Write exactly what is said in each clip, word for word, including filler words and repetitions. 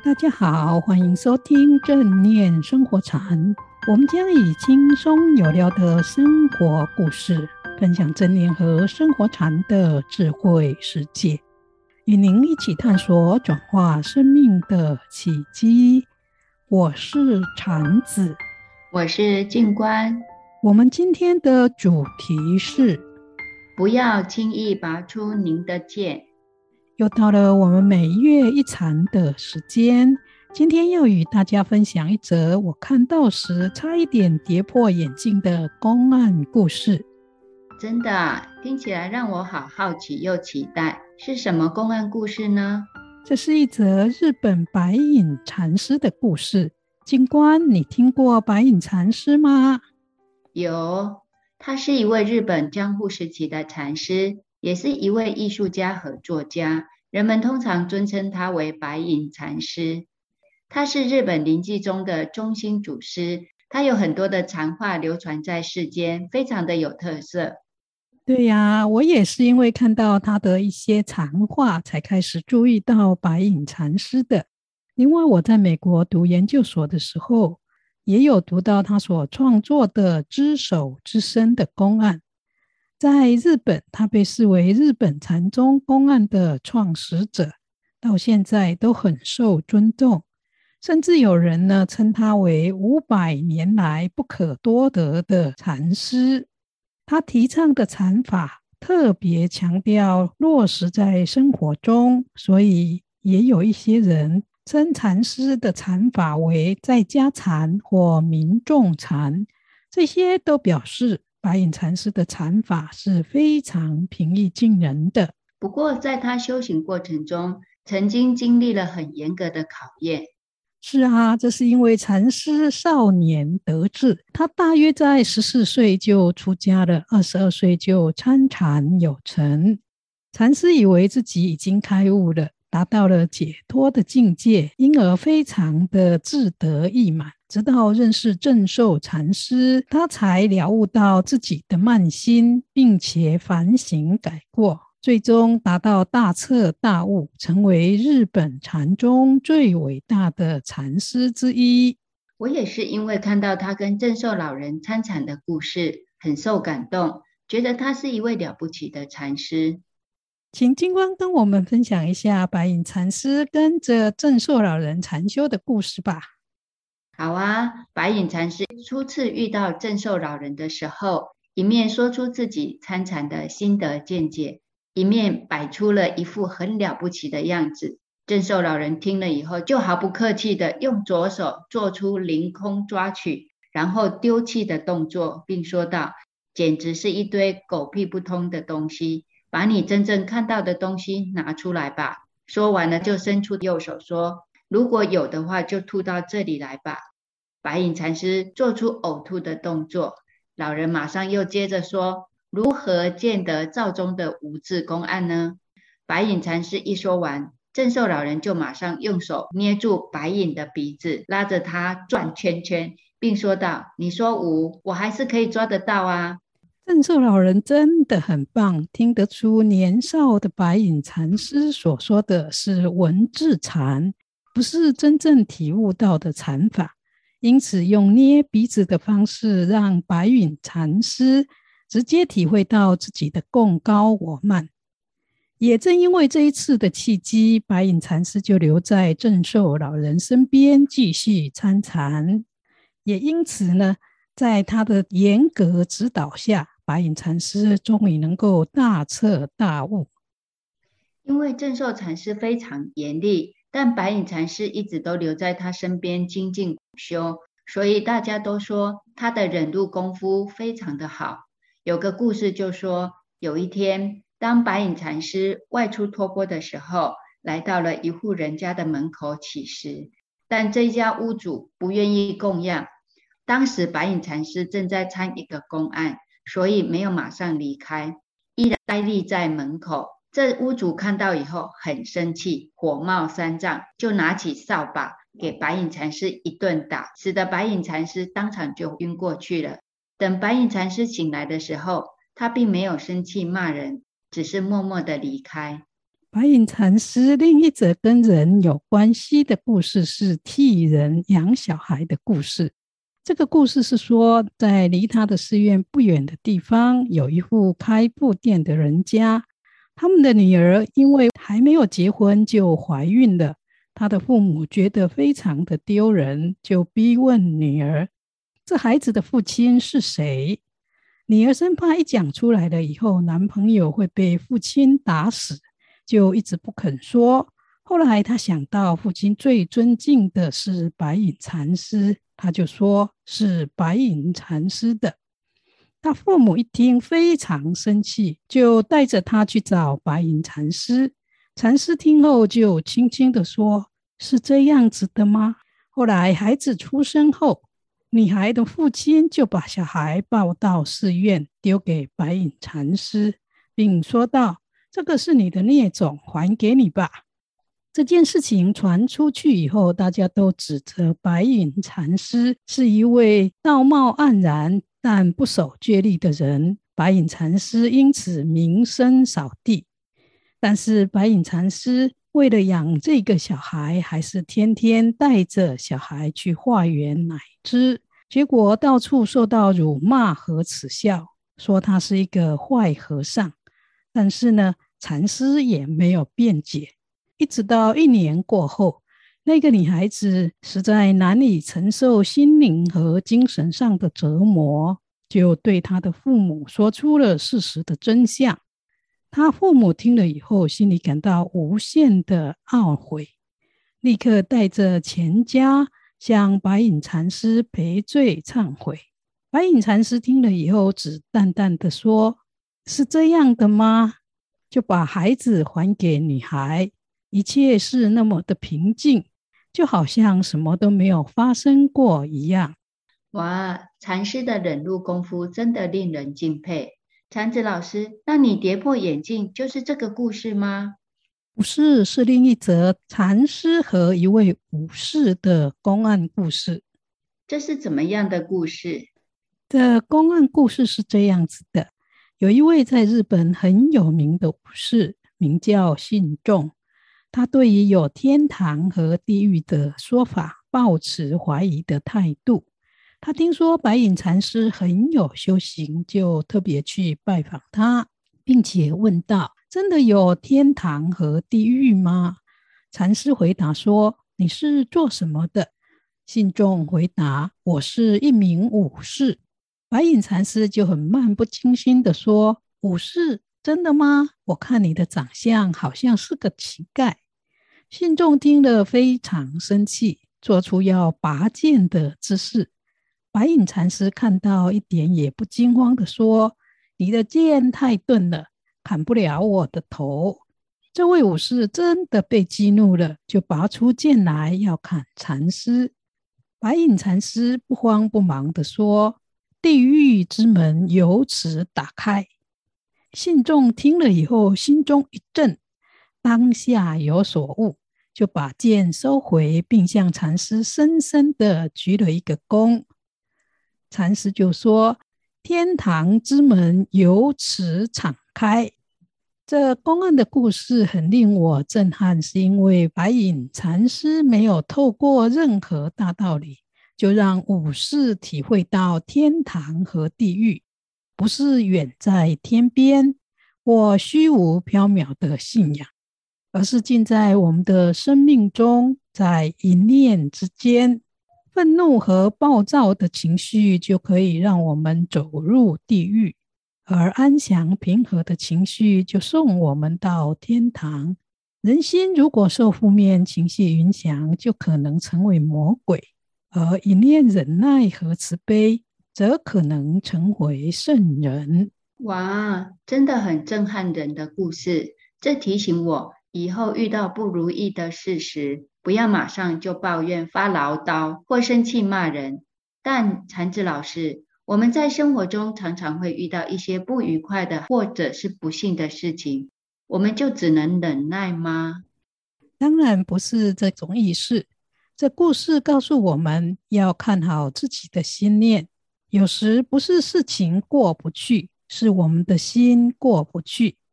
大家好，欢迎收听正念生活禅。我们将以轻松有料的生活故事，分享正念和生活禅的智慧世界，与您一起探索转化生命的契机。我是禅子， 我是静观。 我们今天的主题是不要轻易拔出您的剑。 又到了我们每月一禅的时间，今天要与大家分享一则我看到时差一点跌破眼镜的公案故事。 真的啊，听起来让我好好奇又期待，是什么公案故事呢？ 这是一则日本白隐禅师的故事。静观，你听过白隐禅师吗？ 有，他是一位日本江户时期的禅师，也是一位艺术家和作家，人们通常尊称他为白隐禅师。他是日本临济宗的中心祖师，他有很多的禅话流传在世间，非常的有特色。 对呀，我也是因为看到他的一些禅话才开始注意到白隐禅师的。另外，我在美国读研究所的时候，也有读到他所创作的知手之身的公案。在日本，他被视为日本禅宗公案的创始者，到现在都很受尊重，甚至有人呢称他为五百年来不可多得的禅师。他提倡的禅法特别强调落实在生活中，所以也有一些人称禅师的禅法为在家禅或民众禅，这些都表示白隐禅师的禅法是非常平易近人的。 不过在他修行过程中，曾经经历了很严格的考验。 是啊，这是因为禅师少年得志，他大约在十四岁就出家了，二十二岁就参禅有成。禅师以为自己已经开悟了，达到了解脱的境界，因而非常的自得意满。直到认识正受禅师，他才了悟到自己的慢心，并且反省改过，最终达到大彻大悟，成为日本禅宗最伟大的禅师之一。 我也是因为看到他跟正寿老人参禅的故事，很受感动，觉得他是一位了不起的禅师。 请金光跟我们分享一下白隐禅师跟着正寿老人禅修的故事吧。 好啊，白隐禅师初次遇到正寿老人的时候，一面说出自己参禅的心得见解，一面摆出了一副很了不起的样子。正寿老人听了以后，就毫不客气的用左手做出凌空抓取，然后丢弃的动作，并说道：简直是一堆狗屁不通的东西，把你真正看到的东西拿出来吧。说完了就伸出右手说：如果有的话就吐到这里来吧。白隐禅师做出呕吐的动作，老人马上又接着说：如何见得照中的无字公案呢？白隐禅师一说完，正寿老人就马上用手捏住白隐的鼻子，拉着他转圈圈，并说道：你说无，我还是可以抓得到啊。 正寿老人真的很棒，听得出年少的白隐禅师所说的是文字禅，不是真正体悟到的禅法，因此用捏鼻子的方式让白隐禅师直接体会到自己的共高我慢。也正因为这一次的契机，白隐禅师就留在正寿老人身边继续参禅，也因此呢，在他的严格指导下，白隐禅师终于能够大彻大悟。 因为正寿禅师非常严厉，但白隐禅师一直都留在他身边精进苦修，所以大家都说他的忍辱功夫非常的好。有个故事就说，有一天当白隐禅师外出托钵的时候，来到了一户人家的门口乞食，但这家屋主不愿意供养。当时白隐禅师正在参一个公案，所以没有马上离开，依然呆立在门口。这屋主看到以后很生气，火冒三丈，就拿起扫把给白隐禅师一顿打，使得白隐禅师当场就晕过去了。等白隐禅师醒来的时候，他并没有生气骂人，只是默默的离开。 白隐禅师另一则跟人有关系的故事是替人养小孩的故事。这个故事是说，在离他的寺院不远的地方，有一户开布店的人家，他们的女儿因为还没有结婚就怀孕了，他的父母觉得非常的丢人，就逼问女儿，这孩子的父亲是谁？女儿生怕一讲出来了以后，男朋友会被父亲打死，就一直不肯说。后来他想到父亲最尊敬的是白隐禅师，他就说是白隐禅师的。他父母一听非常生气，就带着他去找白隐禅师。禅师听后就轻轻地说，是这样子的吗？后来孩子出生后，女孩的父亲就把小孩抱到寺院，丢给白隐禅师，并说道，这个是你的孽种，还给你吧。这件事情传出去以后，大家都指责白隐禅师是一位道貌岸然但不守戒律的人，白隐禅师因此名声扫地。但是白隐禅师为了养这个小孩，还是天天带着小孩去化缘乃知，结果到处受到辱骂和耻笑，说他是一个坏和尚。但是呢，禅师也没有辩解。一直到一年过后，那个女孩子实在难以承受心灵和精神上的折磨，就对她的父母说出了事实的真相。她父母听了以后，心里感到无限的懊悔，立刻带着全家向白隐禅师赔罪忏悔。白隐禅师听了以后，只淡淡的说，是这样的吗？就把孩子还给女孩，一切是那么的平静，就好像什么都没有发生过一样。 哇，禅师的忍辱功夫真的令人敬佩。禅子老师，那你跌破眼镜就是这个故事吗？ 不是，是另一则禅师和一位武士的公案故事。 这是怎么样的故事？ 这公案故事是这样子的，有一位在日本很有名的武士，名叫信众。他对于有天堂和地狱的说法抱持怀疑的态度。他听说白隐禅师很有修行，就特别去拜访他，并且问道，真的有天堂和地狱吗？禅师回答说，你是做什么的？信众回答，我是一名武士。白隐禅师就很漫不经心地说，武士，真的吗？我看你的长相好像是个乞丐。信众听了非常生气，做出要拔剑的姿势。白隐禅师看到一点也不惊慌地说，你的剑太钝了，砍不了我的头。这位武士真的被激怒了，就拔出剑来要砍禅师。白隐禅师不慌不忙地说，地狱之门由此打开。信众听了以后心中一震，当下有所悟，就把剑收回，并向禅师深深地鞠了一个躬。禅师就说，天堂之门由此敞开。这公案的故事很令我震撼，是因为白隐禅师没有透过任何大道理，就让武士体会到天堂和地狱不是远在天边或虚无缥缈的信仰，而是近在我们的生命中，在一念之间。愤怒和暴躁的情绪就可以让我们走入地狱，而安详平和的情绪就送我们到天堂。人心如果受负面情绪影响，就可能成为魔鬼，而一念忍耐和慈悲则可能成为圣人。 哇，真的很震撼人的故事。这提醒我，以后遇到不如意的事时，不要马上就抱怨、发牢叨或生气骂人。但禅子老师，我们在生活中常常会遇到一些不愉快的或者是不幸的事情，我们就只能忍耐吗？ 当然不是这种意思。这故事告诉我们要看好自己的心念，有时不是事情过不去，是我们的心过不去。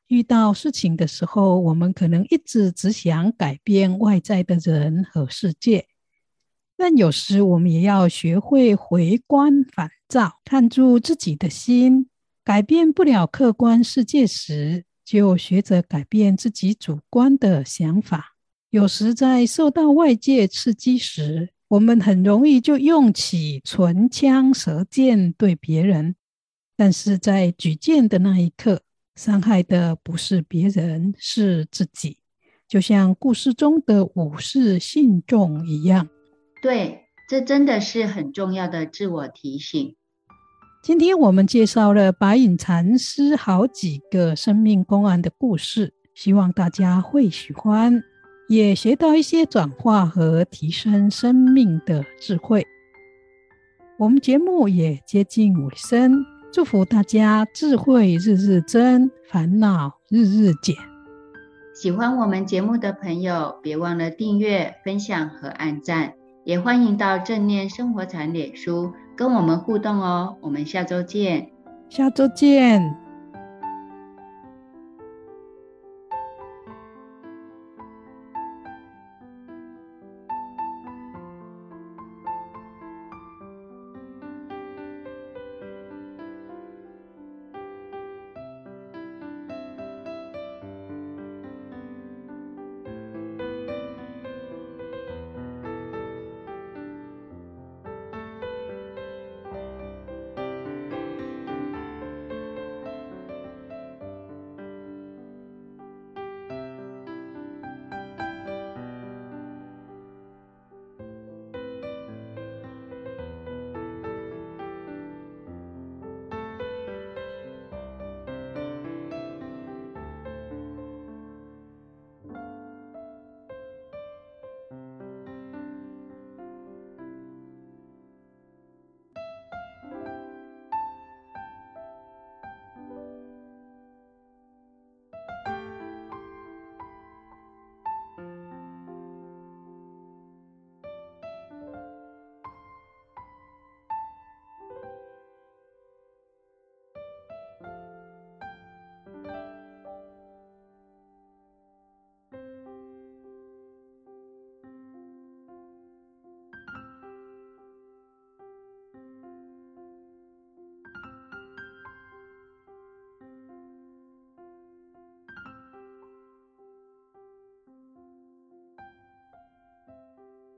遇到事情的时候，我们可能一直只想改变外在的人和世界，但有时我们也要学会回观反照，看住自己的心。改变不了客观世界时，就学着改变自己主观的想法。有时在受到外界刺激时，我们很容易就用起唇枪舌剑对别人，但是在举剑的那一刻，伤害的不是别人，是自己。就像故事中的武士信众一样。 对，这真的是很重要的自我提醒。 今天我们介绍了白隐禅师好几个生命公案的故事，希望大家会喜欢，也学到一些转化和提升生命的智慧。我们节目也接近尾声，祝福大家智慧日日增，烦恼日日减。 喜欢我们节目的朋友，别忘了订阅、分享和按赞，也欢迎到正念生活禅脸书跟我们互动哦。我们下周见。 下周见。